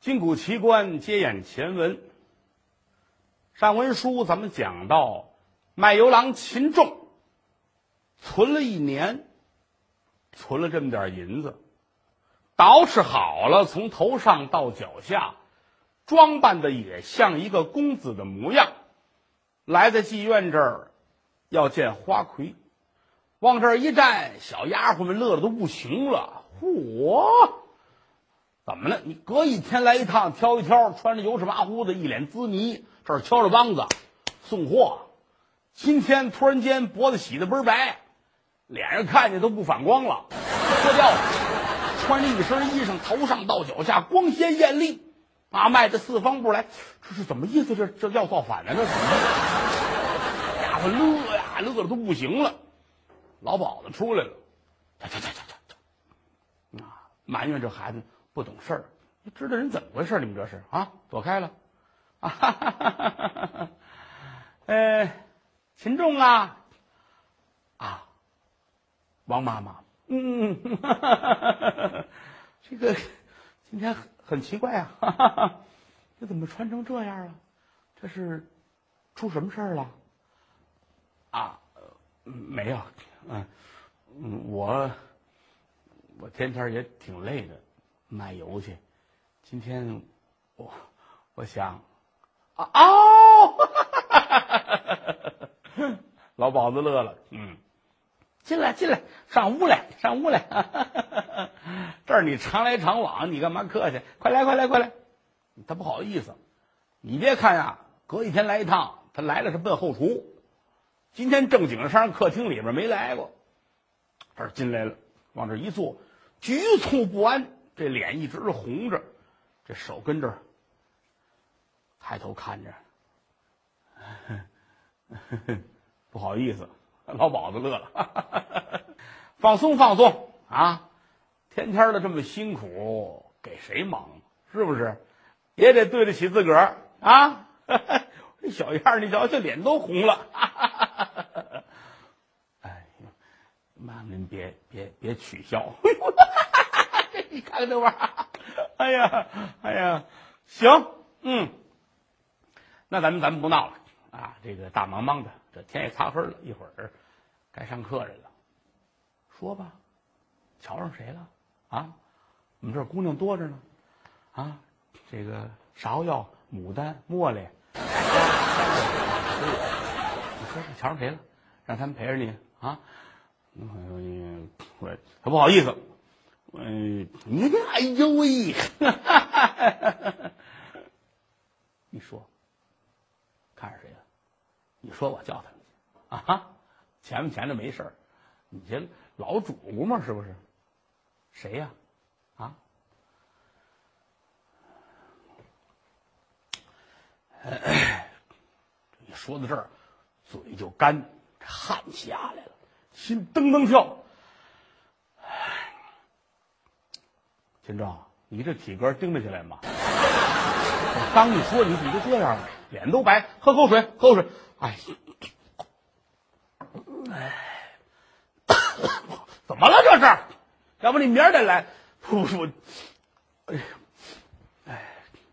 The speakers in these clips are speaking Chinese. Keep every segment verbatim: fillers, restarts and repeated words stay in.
金谷奇观接演前文。上文书咱们讲到，卖油郎秦仲存了一年，存了这么点银子，捯饬好了，从头上到脚下，装扮的也像一个公子的模样，来在妓院这儿要见花魁。往这儿一站，小丫鬟们乐得都不行了。嚯，怎么了？你隔一天来一趟，挑一挑，穿着油纸麻胡子，一脸滋泥，这儿敲着梆子送货。今天突然间脖子洗得倍儿白，脸上看见都不反光了，脱掉了，穿着一身衣裳，头上到脚下光鲜艳丽啊，迈着四方步来，这是怎么意思？这这要造反呢？这什么？丫鬟乐呀，乐得都不行了。老鸨子出来了，这这这这这啊，埋怨这孩子不懂事儿。你知道人怎么回事？你们这是啊？躲开了啊！哈哈哈哈哈！呃，秦仲啊啊，王妈妈，嗯，哈哈哈哈这个今天很很奇怪啊，哈哈哈，这怎么穿成这样了？这是出什么事儿了？啊，没有。嗯嗯，我我天天也挺累的，卖油去。今天我我想啊哦，老鸨子乐了，嗯，进来进来，上屋来上屋来，这儿你常来常往，你干嘛客气？快来快来快来！他不好意思，你别看呀，隔一天来一趟，他来了是奔后厨。今天正经上客厅里边没来过，这儿进来了，往这一坐，局促不安，这脸一直红着，这手跟这儿抬头看着，不好意思，老鸨子乐了，放松放松啊！天天的这么辛苦，给谁忙？是不是？也得对得起自个儿啊！这小样儿，你瞧，这脸都红了。哎呀，妈，您别别别取笑！你看看这玩意儿，哎呀哎呀，行，嗯，那咱们咱们不闹了啊！这个大茫茫的，这天也擦黑了，一会儿该上客人了。说吧，瞧上谁了啊？我们这儿姑娘多着呢，啊，这个芍药、牡丹、茉莉。你说是瞧上谁了？让他们陪着你啊？嗯，我他不好意思。嗯，你这哎呦喂！你说看上谁了？你说我叫他们去啊哈？前面前着没事儿，你这老主顾嘛，是不是？谁呀？啊？一说到这儿，嘴就干，汗下来了，心噔噔跳。秦仲，你这体格盯得起来吗？我刚一说你你就这样了，脸都白，喝口水，喝口水。哎，哎，怎么了这是？要不你明儿再来？不不，哎，哎，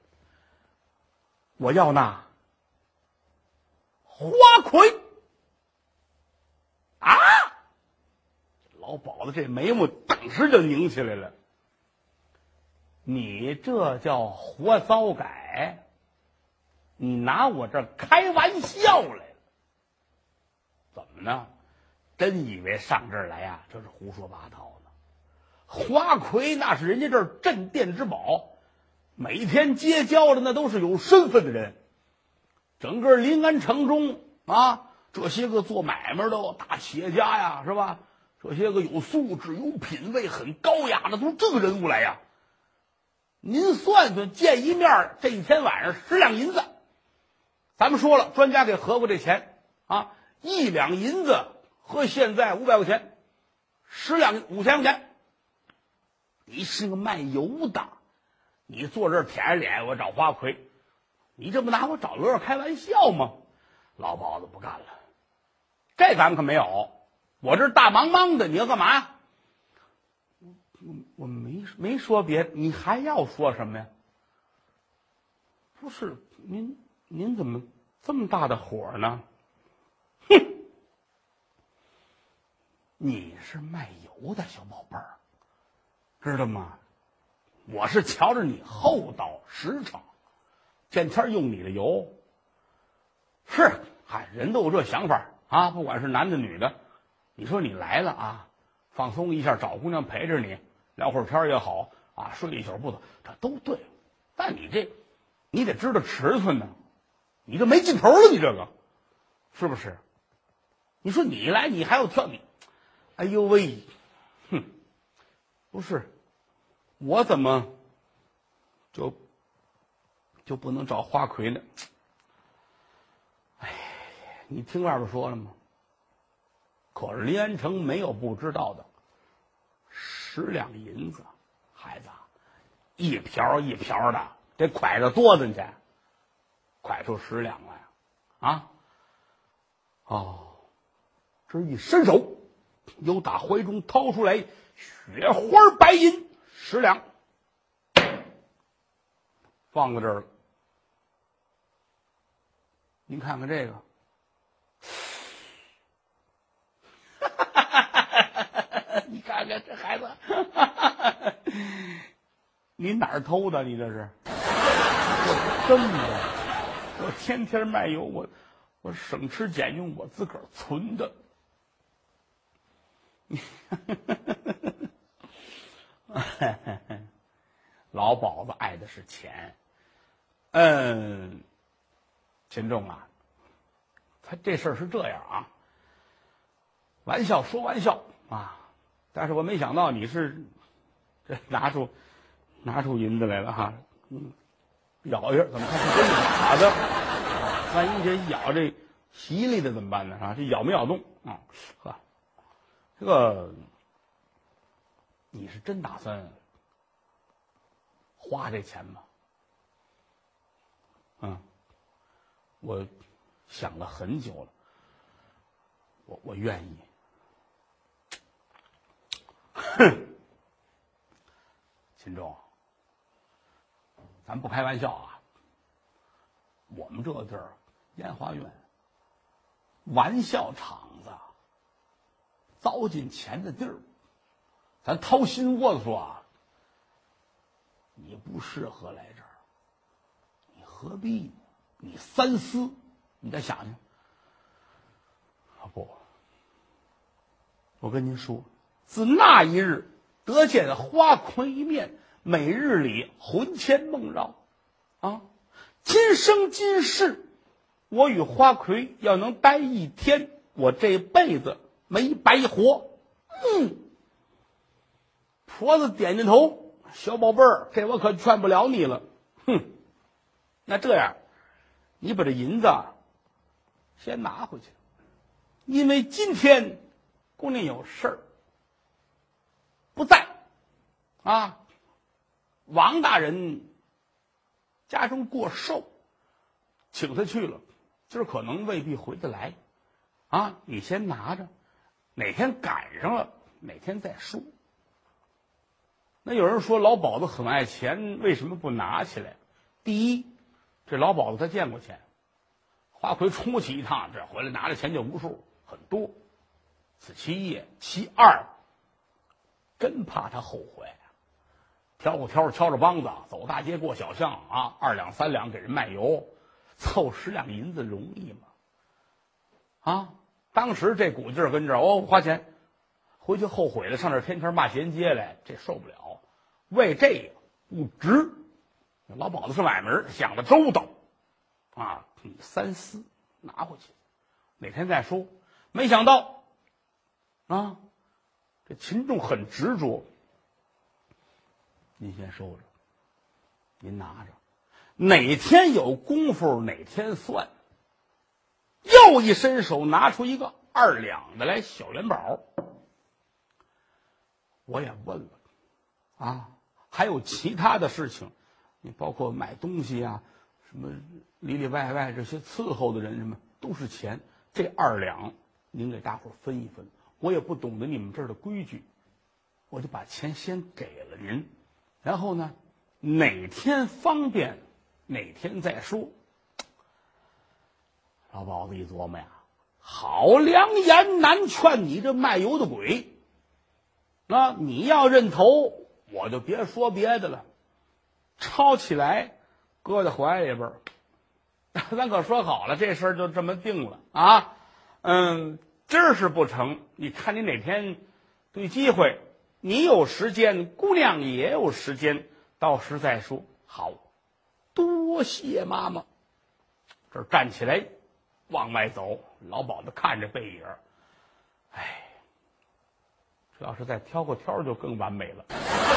我要那花魁啊！老鸨子这眉毛当时就拧起来了。你这叫活糟改，你拿我这开玩笑来了？怎么呢？真以为上这儿来呀、啊，这是胡说八道呢？花魁那是人家这儿镇店之宝，每天结交的那都是有身份的人。整个临安城中啊，这些个做买卖的大企业家呀，是吧？这些个有素质、有品位、很高雅的，都是这个人物来呀。您算算，见一面这一天晚上十两银子，咱们说了，专家给合过这钱啊，一两银子和现在五百块钱，十两五千块钱。你是个卖油的，你坐这儿舔着脸，我找花魁，你这不拿我找乐开玩笑吗？老鸨子不干了，这咱们可没有，我这大茫茫的，你要干嘛呀？我我没没说别的，你还要说什么呀？ 不是您您怎么这么大的火呢？哼，你是卖油的小宝贝儿，知道吗？我是瞧着你厚道实诚，天天用你的油。是，嗨，人都有这想法啊，不管是男的女的。你说你来了啊，放松一下，找姑娘陪着你，聊会儿天也好啊，睡一宿不走，这都对。但你这，你得知道尺寸呢，你这没劲头了，你这个，是不是？你说你来，你还要挑你，哎呦喂，哼，不是，我怎么就就不能找花魁呢？哎，你听外边说了吗？可是临安城没有不知道的，十两银子，孩子，一瓢一瓢的，得蒯着多子去，蒯出十两来啊！哦，这一伸手，又打怀中掏出来雪花白银十两，放在这儿了。您看看这个。你看看这孩子，你哪儿偷的？你这是？我真的，我天天卖油，我我省吃俭用，我自个儿存的。老鸨子爱的是钱。嗯，秦仲啊，他这事儿是这样啊。玩笑说玩笑啊，但是我没想到你是这拿出拿出银子来了哈，嗯，咬一下，怎么看是真假的？啊、万一这一咬这稀里的怎么办呢？啊，这咬没咬动啊？呵，这个你是真打算花这钱吗？嗯，我想了很久了，我我愿意。哼，秦仲，咱不开玩笑啊，我们这个地儿烟花院，玩笑场子，糟践钱的地儿，咱掏心窝子说啊，你不适合来这儿，你何必呢？你三思，你再想想。啊不，我跟您说，自那一日得见花魁一面，每日里魂牵梦绕啊！今生今世，我与花魁要能待一天，我这辈子没白活。嗯，婆子点点头，小宝贝儿，这我可劝不了你了。哼，那这样，你把这银子先拿回去，因为今天姑娘有事儿不在啊，王大人家中过寿，请他去了，今儿可能未必回得来啊，你先拿着，哪天赶上了哪天再说。那有人说老鸨子很爱钱，为什么不拿起来？第一，这老鸨子他见过钱，花魁出去一趟，这回来拿的钱就无数，很多，此其一。其二，真怕他后悔，挑着挑着敲着梆子走大街过小巷啊，二两三两给人卖油，凑十两银子容易吗？啊，当时这股劲儿跟这儿哦花钱，回去后悔了，上这天天骂衔接来，这受不了，为这个不值。老鸨子是买门，想的周到啊，你三思，拿回去，哪天再说。没想到啊，这秦仲很执着，您先收着，您拿着，哪天有功夫哪天算。又一伸手拿出一个二两的来，小元宝。我也问了啊，还有其他的事情，你包括买东西啊，什么里里外外这些伺候的人什么都是钱，这二两您给大伙分一分。我也不懂得你们这儿的规矩，我就把钱先给了您，然后呢哪天方便哪天再说。老鸨子一琢磨呀，好良言难劝你这卖油的鬼，那你要认头，我就别说别的了，抄起来搁在怀里边，咱可说好了，这事儿就这么定了啊。嗯，今儿是不成，你看你哪天对机会，你有时间，姑娘也有时间，到时再说。好，多谢妈妈。这儿站起来往外走，老鸨子看着背影，哎，这要是再挑个挑就更完美了。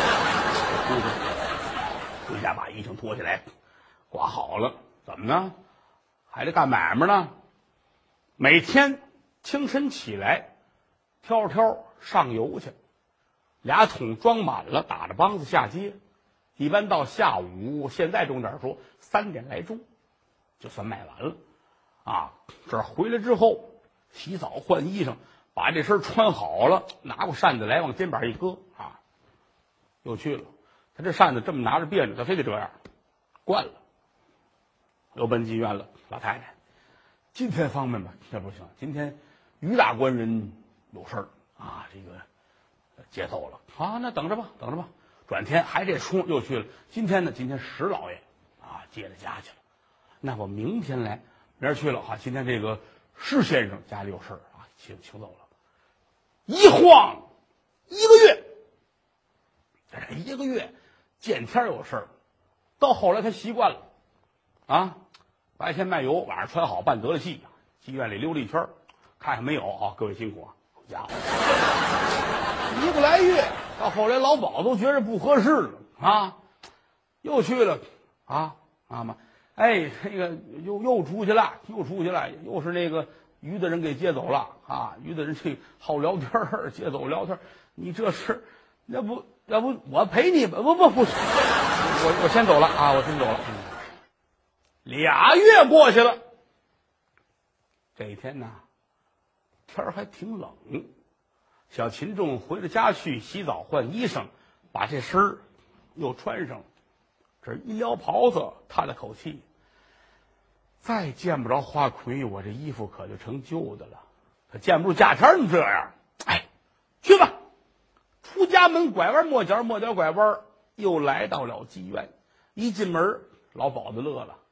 回家把衣裳脱下来，挂好了。怎么呢？还得干买卖呢。每天清晨起来，挑挑上油去，俩桶装满了，打着梆子下街。一般到下午，现在钟点说三点来钟，就算卖完了。啊，这回来之后洗澡换衣裳，把这身穿好了，拿过扇子来往肩膀一搁，啊，又去了。他这扇子这么拿着别扭，他非得这样，惯了。又奔妓院了。老太太，今天方便吧？这不行，今天于大官人有事儿啊，这个接走了啊。那等着吧，等着吧。转天还这出又去了。今天呢，今天石老爷啊接着家去了。那我明天来，明儿去了啊。今天这个施先生家里有事儿啊，请请走了。一晃一个月，这一个月见天有事儿，到后来他习惯了啊。白天卖油，晚上穿好办得了戏，妓院里溜了一圈，看看没有啊，各位辛苦啊，回家了。一个来月，到后来老鸨都觉得不合适了啊，又去了啊，妈妈，哎，那个又又出去了，又出去了，又是那个于大人给接走了啊，于大人这好聊天儿，接走聊天儿，你这是，要不要不我陪你吧？不不不，我我先走了啊，我先走了。嗯俩月过去了，这一天呢，天儿还挺冷。小秦仲回了家去洗澡换衣裳，把这身儿又穿上了。这一撩袍子，叹了口气，再见不着花魁，我这衣服可就成旧的了。可见不住价钱你这样，哎，去吧。出家门拐弯抹角，抹角拐弯，又来到了妓院。一进门，老鸨子乐了。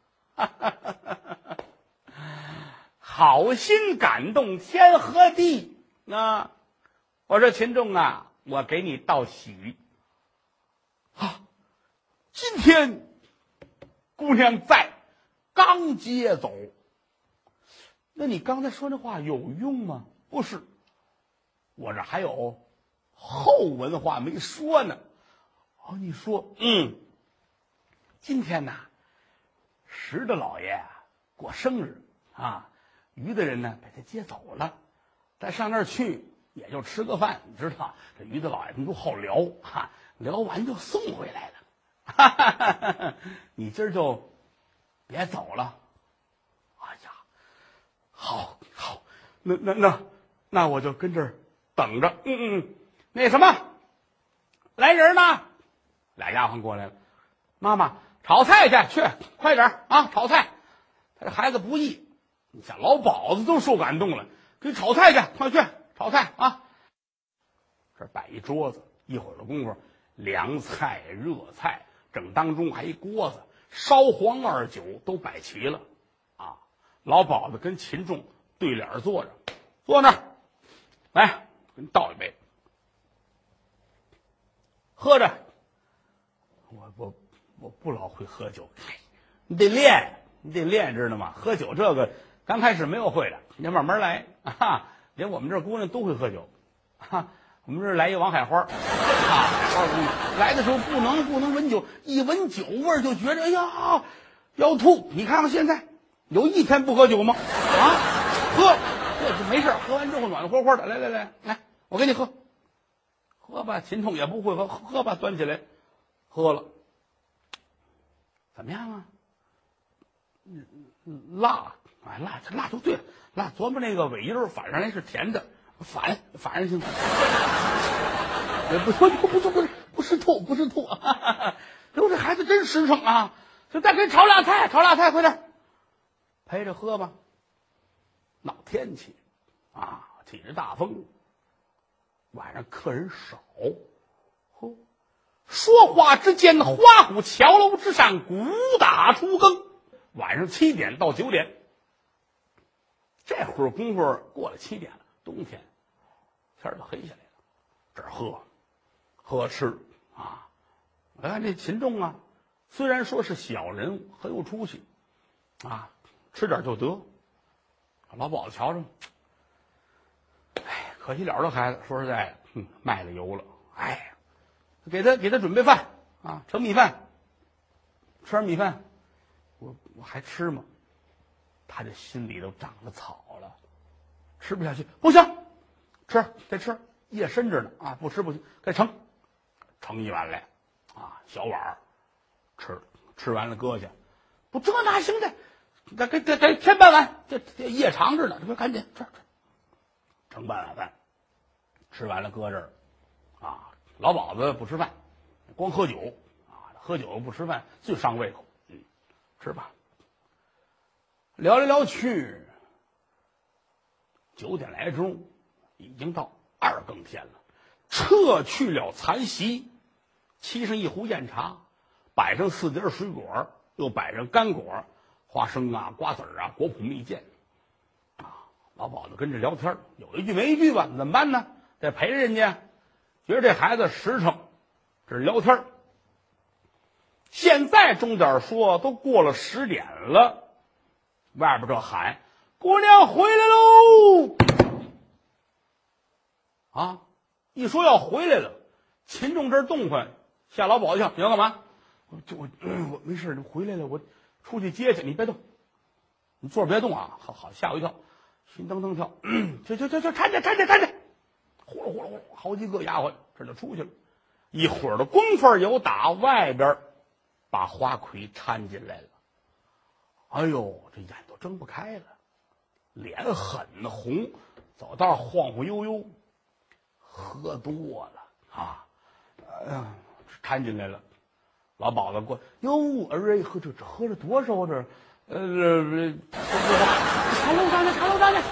好心感动天和地啊！我说秦仲啊，我给你道喜啊！今天姑娘在，刚接走。那你刚才说那话有用吗？不是，我这还有后文话没说呢。哦，你说，嗯，今天呐，石大老爷过生日啊，于大人呢把他接走了，再上那儿去也就吃个饭，你知道这于大老爷他们都好聊哈，聊完就送回来了。哈哈哈哈，你今儿就别走了。哎呀，好好，那那那那我就跟这儿等着。嗯嗯，那什么，来人呢？俩丫鬟过来了，妈妈。炒菜去，去快点啊！炒菜，他这孩子不易，你想老鸨子都受感动了，给炒菜去，快去炒菜啊！这摆一桌子，一会儿的功夫，凉菜、热菜，正当中还一锅子，烧黄二酒都摆齐了啊！老鸨子跟秦仲对脸坐着，坐那儿，来，给你倒一杯，喝着。我我。我不老会喝酒，你得练，你得练，知道吗？喝酒这个刚开始没有会的，你得慢慢来啊！连我们这姑娘都会喝酒啊！我们这儿来一王海花啊，海花姑娘来的时候不能不能闻酒，一闻酒味儿就觉得哎呀要吐。你看看现在有一天不喝酒吗？啊，喝这就没事，喝完之后暖和和的。来来来来，我给你喝，喝吧。秦仲也不会喝，喝吧，端起来喝了。怎么样啊？辣，哎，辣，这辣就对了，辣。琢磨那个尾音反上来是甜的，反反上行。不不不不不不是吐不是吐，哟，这孩子真实诚啊！ 就再给炒俩菜，炒俩菜，快点陪着喝吧。闹天气啊，起着大风，晚上客人少。呵，说话之间，花鼓桥楼之上鼓打出更，晚上七点到九点，这会儿功夫过了七点了，冬天天都黑下来了，这儿喝喝吃啊！我看这秦仲啊，虽然说是小人物，很有出息啊，吃点就得。老鸨子瞧着，哎，可惜了这孩子，说实在的，哼，卖了油了。哎，给他给他准备饭啊，盛米饭，吃点米饭。我我还吃吗？他这心里都长了草了，吃不下去，不行，吃得吃，夜深着呢啊，不吃不行，该盛，盛一碗来啊，小碗儿吃，吃完了搁下，不这哪行的？再给再再添半碗，这这夜长着呢，这不赶紧吃吃，盛半碗饭，吃完了搁这儿，啊，老鸨子不吃饭，光喝酒啊，喝酒不吃饭最伤胃口，嗯，吃吧。聊来聊去，九点来钟，已经到二更天了，撤去了残席，沏上一壶酽茶，摆上四碟水果，又摆上干果。花生啊，瓜子啊，果脯蜜饯，啊，老鸨子跟着聊天，有一句没一句吧，怎么办呢？得陪着人家，觉得这孩子实诚，这是聊天。现在钟点说都过了十点了，外边这喊姑娘回来喽！啊，一说要回来了，秦仲这动换，吓老鸨子一跳，你要干嘛？我就我我没事，回来了，我出去接去，你别动，你坐着别动啊！好好，吓我一跳，心噔噔跳，去去去去，搀着搀着搀着，呼噜呼噜呼噜，好几个丫鬟这就出去了。一会儿的功夫，有打外边把花魁搀进来了。哎呦，这眼都睁不开了，脸很红，走道晃晃悠悠，喝多了啊！哎呀，搀进来了。老鸨子过，哟，儿哎，喝这这喝了多少这？呃，茶楼上去，茶楼上去。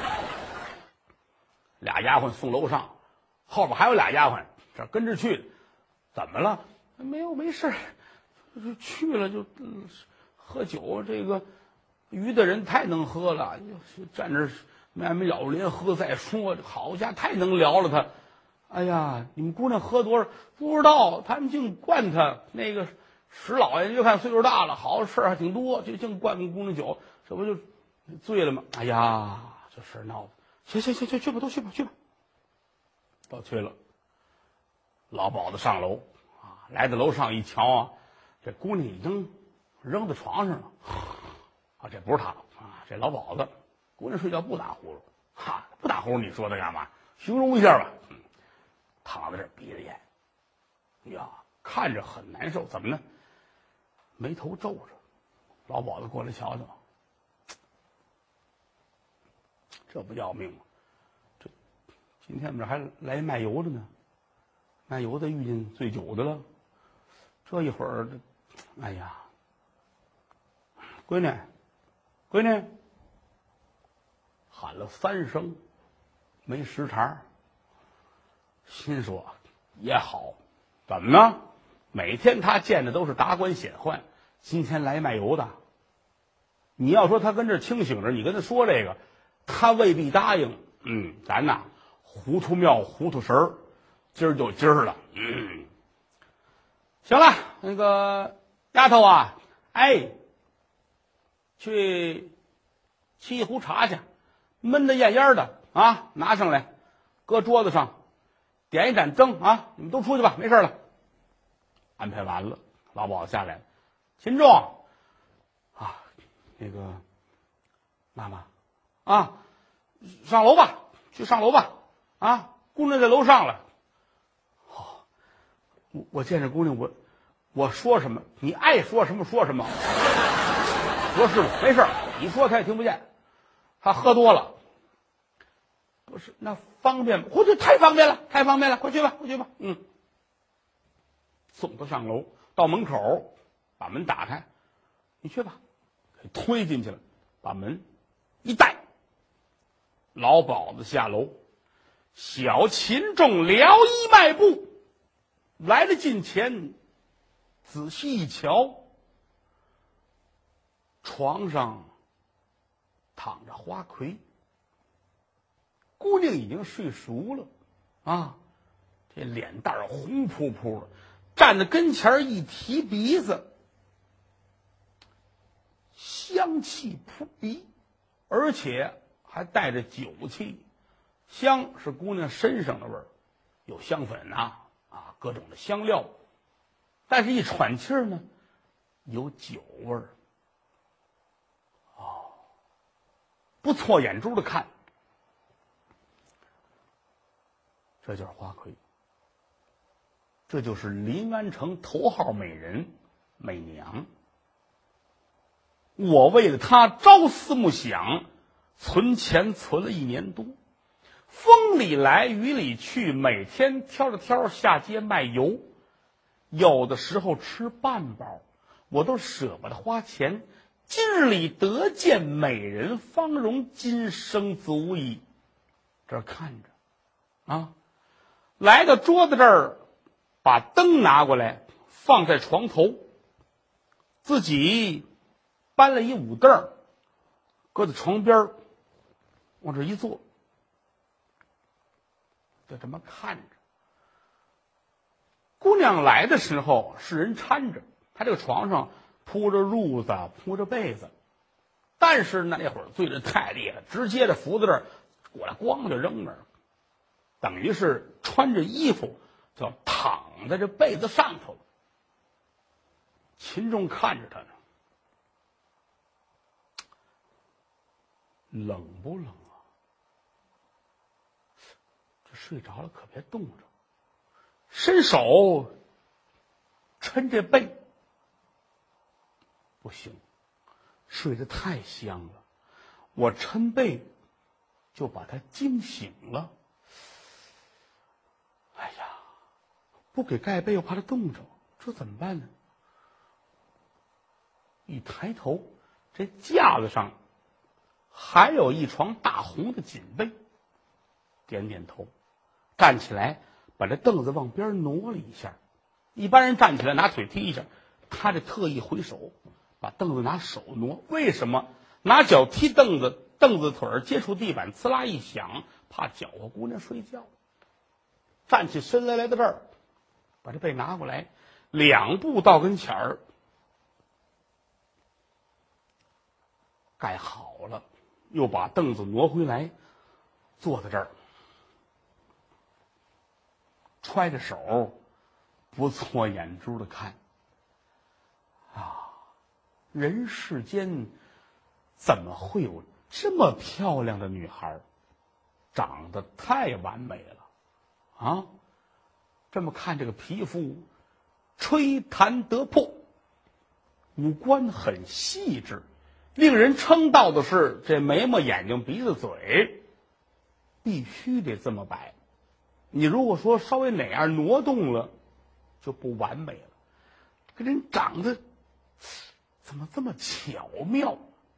俩丫鬟送楼上，后边还有俩丫鬟这跟着去。怎么了？没有，没事，去了就、嗯、喝酒。这个于大人太能喝了，站这卖没了连喝再说。好家伙，太能聊了他。哎呀，你们姑娘喝多少？不知道，他们净灌他那个。石老爷就看岁数大了，好事还挺多，就净灌姑娘酒，这不就醉了吗？哎呀，这事闹的，行行行行，去吧，都去吧，去吧，都去了。老鸨子上楼啊，来到楼上一瞧啊，这姑娘已经扔在床上了。啊，这不是他啊，这老鸨子，姑娘睡觉不打呼噜，哈，不打呼噜，你说他干嘛？形容一下吧，嗯，躺在这儿闭着眼，呀，看着很难受，怎么呢？眉头皱着，老鸨子过来瞧瞧，这不要命吗？这今天我们这还来卖油的呢，卖油的遇见醉酒的了，这一会儿，哎呀，闺女，闺女，喊了三声，没时茬，心说也好，怎么呢？每天他见的都是达官显宦，今天来卖油的。你要说他跟这清醒着，你跟他说这个，他未必答应。嗯，咱呐，糊涂庙糊涂神儿，今儿就今儿了。嗯，行了，那个丫头啊，哎，去沏一壶茶去，闷的咽烟的啊，拿上来，搁桌子上，点一盏灯啊，你们都出去吧，没事了。安排完了，老鸨子下来了，秦仲啊，那个妈妈啊，上楼吧，去上楼吧，啊，姑娘在楼上了。好，我我见着姑娘，我我说什么，你爱说什么说什么。说是没事，你说他也听不见，他喝多了。不是那方便吗？我这太方便了，太方便了，快去吧，快去吧，嗯。送他上楼，到门口把门打开， 你去吧，给推进去了，把门一带，老鸨子下楼，小秦仲撩衣迈步来了近前，仔细一瞧，床上躺着花魁，姑娘已经睡熟了啊，这脸蛋红扑扑的，站在跟前一提鼻子，香气扑鼻，而且还带着酒气。香是姑娘身上的味儿，有香粉呐、啊，啊，各种的香料，但是一喘气儿呢，有酒味儿。哦，不错眼珠的看，这就是花魁，这就是临安城头号美人美娘。我为了她朝思暮想，存钱存了一年多，风里来雨里去，每天挑着挑下街卖油，有的时候吃半饱，我都舍不得花钱。今日里得见美人芳容，今生足矣。这儿看着啊，来到桌子这儿，把灯拿过来放在床头，自己搬了一舞凳搁在床边往这一坐，就这么看着。姑娘来的时候是人搀着，她这个床上铺着褥子铺着被子，但是呢那会儿醉得太厉害，直接的扶在这儿过来咣就扔那儿，等于是穿着衣服就躺在这被子上头了。秦仲看着他呢，冷不冷啊？这睡着了可别冻着，伸手抻这背，不行，睡得太香了，我抻背就把他惊醒了。哎呀，不给盖被又怕他冻着，这怎么办呢？一抬头，这架子上还有一床大红的锦被，点点头，站起来把这凳子往边挪了一下。一般人站起来拿腿踢一下，他这特意回手把凳子拿手挪。为什么？拿脚踢凳子，凳子腿儿接触地板，呲啦一响，怕搅和姑娘睡觉。站起身来，来到这儿，把这被拿过来，两步到跟前儿，盖好了，又把凳子挪回来，坐在这儿，揣着手，不错眼珠的看。啊，人世间怎么会有这么漂亮的女孩？长得太完美了啊！这么看这个皮肤，吹弹得破，五官很细致，令人称道的是这眉毛、眼睛、鼻子、嘴，必须得这么摆。你如果说稍微哪样挪动了，就不完美了。这人长得怎么这么巧妙？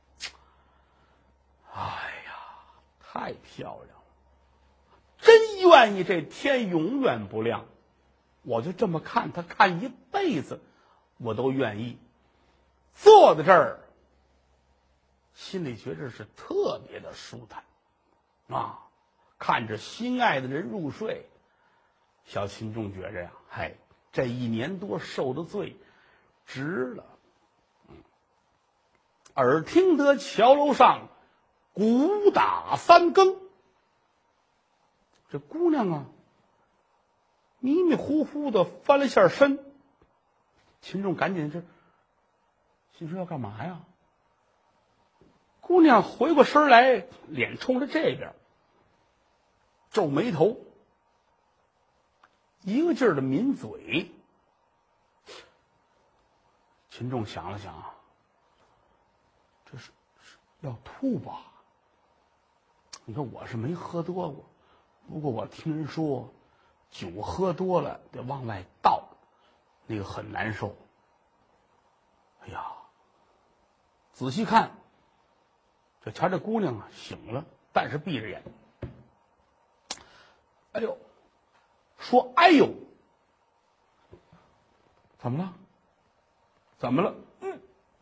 哎呀，太漂亮了！真愿意这天永远不亮，我就这么看他看一辈子，我都愿意。坐在这儿，心里觉着是特别的舒坦啊！看着心爱的人入睡，小秦仲觉着呀，嗨，这一年多受的罪值了。嗯，耳听得桥楼上鼓打三更，这姑娘啊迷迷糊糊的翻了下身。秦仲赶紧是心说要干嘛呀？姑娘回过身来，脸冲着这边，皱眉头，一个劲儿的抿嘴。秦仲想了想啊，这是是要吐吧？你说我是没喝多过，不过我听人说酒喝多了得往外倒，那个很难受。哎呀， 仔细看，就瞧这姑娘啊醒了，但是闭着眼。哎呦，说哎呦，怎么了？怎么了？嗯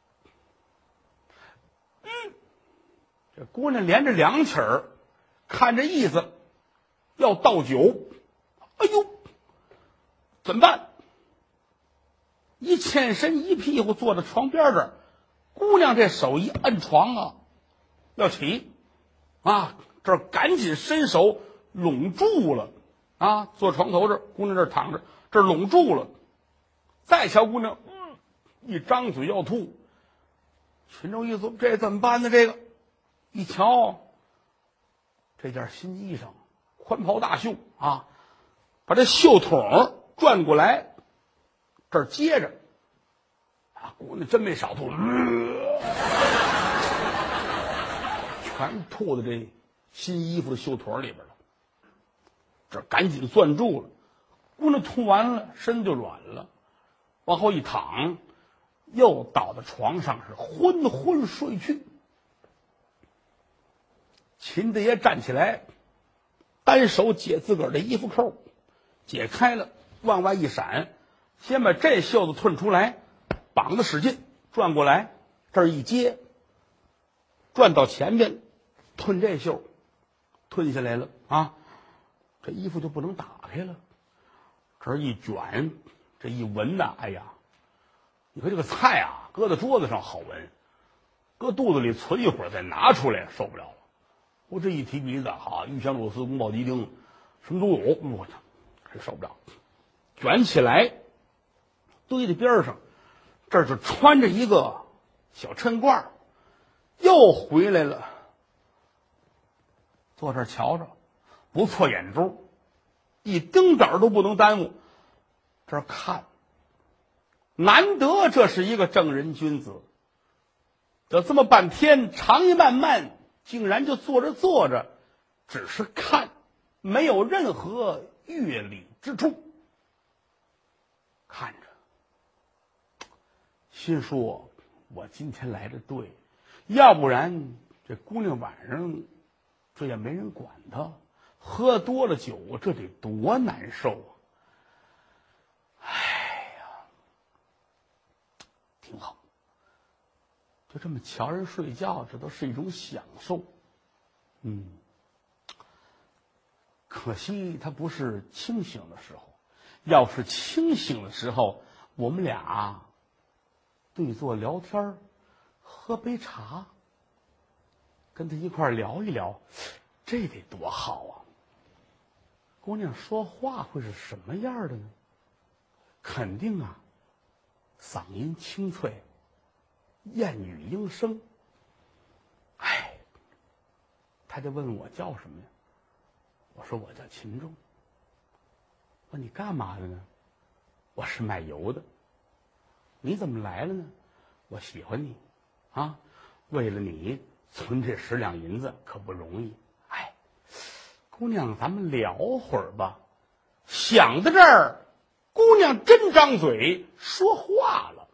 嗯，这姑娘连着两起儿，看这意思要倒酒。哎呦，怎么办？一欠身一屁股坐在床边这儿，姑娘这手一摁床啊，要起啊，这儿赶紧伸手拢住了啊，坐床头这儿，姑娘这儿躺着，这儿拢住了。再瞧姑娘，嗯，一张嘴要吐。群众一说这怎么办呢？这个一瞧，这件新衣裳，宽袍大袖啊，把这袖筒转过来，这儿接着啊，姑娘真没少吐，呃、全吐到这新衣服的袖筒里边了。这赶紧攥住了，姑娘吐完了，身就软了，往后一躺，又倒在床上是昏昏睡去。秦大爷站起来，单手解自个儿的衣服扣，解开了，往外一闪，先把这袖子褪出来，绑得使劲，转过来，这儿一接，转到前边，褪这袖，褪下来了啊，这衣服就不能打开了。这儿一卷，这一闻呐，哎呀，你看这个菜啊，搁在桌子上好闻，搁肚子里存一会儿再拿出来受不了了。我这一提鼻子，哈，鱼香肉丝、宫保鸡丁，什么都有，我操，这受不了。卷起来，堆在边上，这儿就穿着一个小衬褂，又回来了，坐这儿瞧着，不错眼珠，一丁点儿都不能耽误，这儿看。难得这是一个正人君子，这这么半天长夜漫漫，竟然就坐着坐着，只是看，没有任何乐理之处。看着，心说我今天来的对，要不然这姑娘晚上这也没人管她，喝多了酒这得多难受啊！哎呀，挺好，就这么瞧人睡觉，这都是一种享受。嗯，可惜他不是清醒的时候，要是清醒的时候，我们俩对坐聊天，喝杯茶，跟他一块聊一聊，这得多好啊！姑娘说话会是什么样的呢？肯定啊，嗓音清脆，燕语莺声。哎，他就问我叫什么呀？我说我叫秦仲。说你干嘛的呢？我是卖油的。你怎么来了呢？我喜欢你啊，为了你存这十两银子可不容易。哎，姑娘，咱们聊会儿吧。想到这儿，姑娘真张嘴说话了。